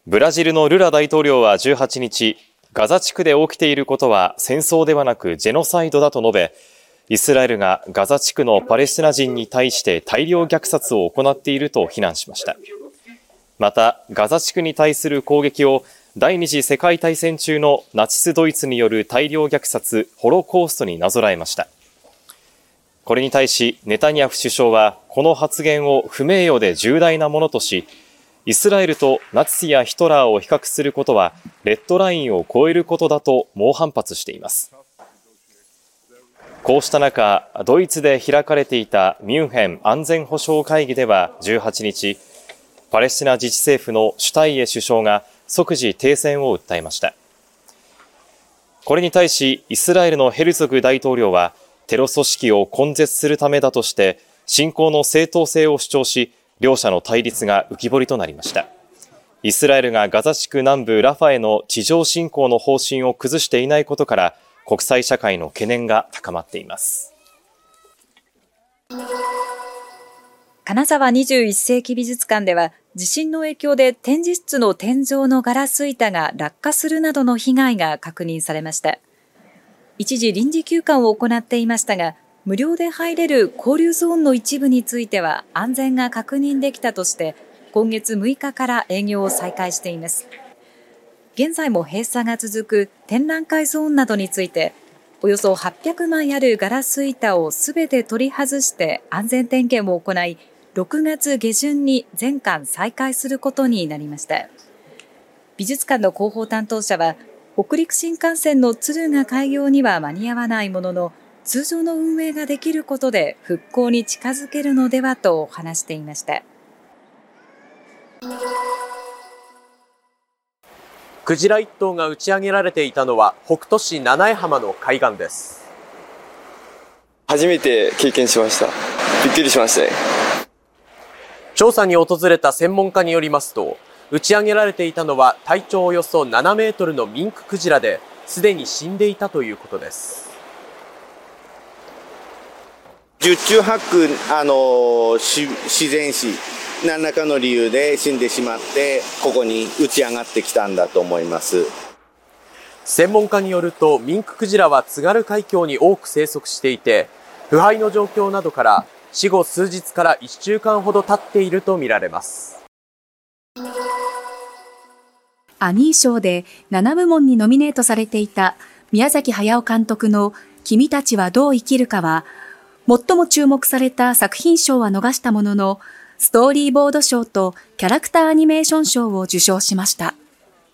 ブラジルのルラ大統領は18日、ガザ地区で起きていることは戦争ではなくジェノサイドだと述べ、イスラエルがガザ地区のパレスチナ人に対して大量虐殺を行っていると非難しました。また、ガザ地区に対する攻撃を第二次世界大戦中のナチスドイツによる大量虐殺、ホロコーストになぞらえました。これに対し、ネタニヤフ首相はこの発言を不名誉で重大なものとし、イスラエルとナチスやヒトラーを比較することはレッドラインを超えることだと猛反発しています。こうした中、ドイツで開かれていたミュンヘン安全保障会議では18日、パレスチナ自治政府のシュタイエ首相が即時停戦を訴えました。これに対し、イスラエルのヘルツォグ大統領は、テロ組織を根絶するためだとして、侵攻の正当性を主張し、両者の対立が浮き彫りとなりました。イスラエルがガザ地区南部ラファへの地上侵攻の方針を崩していないことから、国際社会の懸念が高まっています。 金沢21世紀美術館では、地震の影響で展示室の天井のガラス板が落下するなどの被害が確認されました。一時臨時休館を行っていましたが、無料で入れる交流ゾーンの一部については安全が確認できたとして、今月6日から営業を再開しています。現在も閉鎖が続く展覧会ゾーンなどについて、およそ800枚あるガラス板をすべて取り外して安全点検を行い、6月下旬に全館再開することになりました。美術館の広報担当者は、北陸新幹線の敦賀開業には間に合わないものの、通常の運営ができることで復興に近づけるのではと話していました。 クジラ1頭が打ち上げられていたのは北斗市七重浜の海岸です。 初めて経験しました。びっくりしましたね。 調査に訪れた専門家によりますと、打ち上げられていたのは体長およそ7メートルのミンククジラで、すでに死んでいたということです。 十中八九自然死、何らかの理由で死んでしまって、ここに打ち上がってきたんだと思います。 専門家によると、ミンククジラは津軽海峡に多く生息していて、腐敗の状況などから死後数日から1週間ほど経っているとみられます。 アニー賞で7部門にノミネートされていた宮崎駿監督の君たちはどう生きるかは、最も注目された作品賞は逃したものの、ストーリーボード賞とキャラクターアニメーション賞を受賞しました。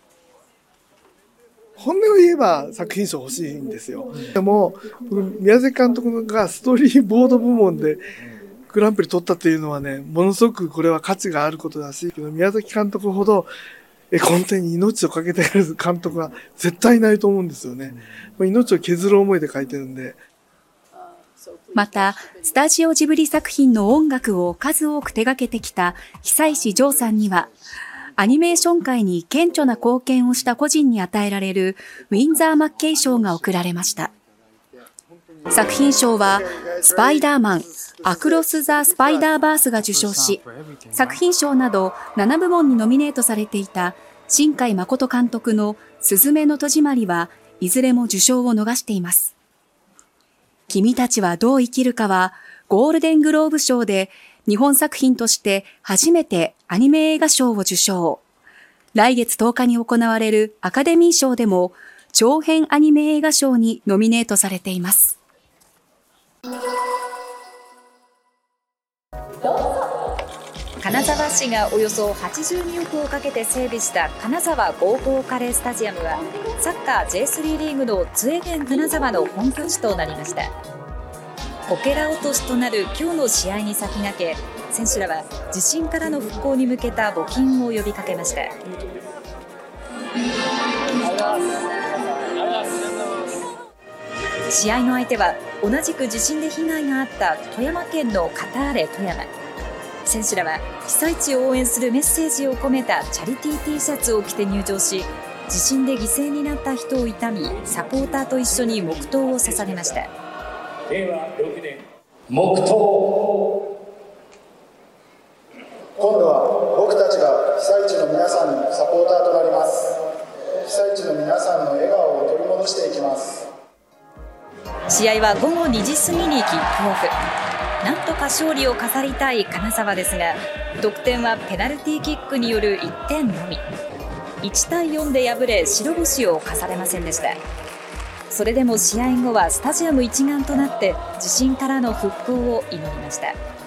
本音を言えば作品賞欲しいんですよ。でも宮崎監督がストーリーボード部門でグランプリ取ったっていうのはね、ものすごくこれは価値があることだし、宮崎監督ほど根底に命をかけてやる監督は絶対いないと思うんですよね。命を削る思いで書いてるんで。 また、スタジオジブリ作品の音楽を数多く手掛けてきた久石譲さんには、アニメーション界に顕著な貢献をした個人に与えられるウィンザー・マッケイ賞が贈られました。作品賞はスパイダーマン、アクロス・ザ・スパイダーバースが受賞し、作品賞など7部門にノミネートされていた新海誠監督のすずめの戸締まりはいずれも受賞を逃しています。君たちはどう生きるかはゴールデングローブ賞で日本作品として初めてアニメ映画賞を受賞。来月10日に行われるアカデミー賞でも長編アニメ映画賞にノミネートされています。 金沢市がおよそ82億をかけて整備した金沢ゴーゴーカレースタジアムは、サッカー J3 リーグの津江源金沢の本拠地となりました。こけら落としとなる今日の試合に先駆け、選手らは地震からの復興に向けた募金を呼びかけました。試合の相手は同じく地震で被害があった富山県のカターレ富山。選手らは被災地を応援するメッセージを込めたチャリティー T シャツを着て入場し、地震で犠牲になった人を悼み、サポーターと一緒に黙祷を捧げました。 令和6年黙祷。 今度は僕たちが被災地の皆さんのサポーターとなります。被災地の皆さんの笑顔を取り戻していきます。 試合は午後2時過ぎにキックオフ。なんとか勝利を飾りたい金沢ですが、得点はペナルティーキックによる1点のみ。1対4で敗れ白星を飾れませんでした。それでも試合後はスタジアム一丸となって地震からの復興を祈りました。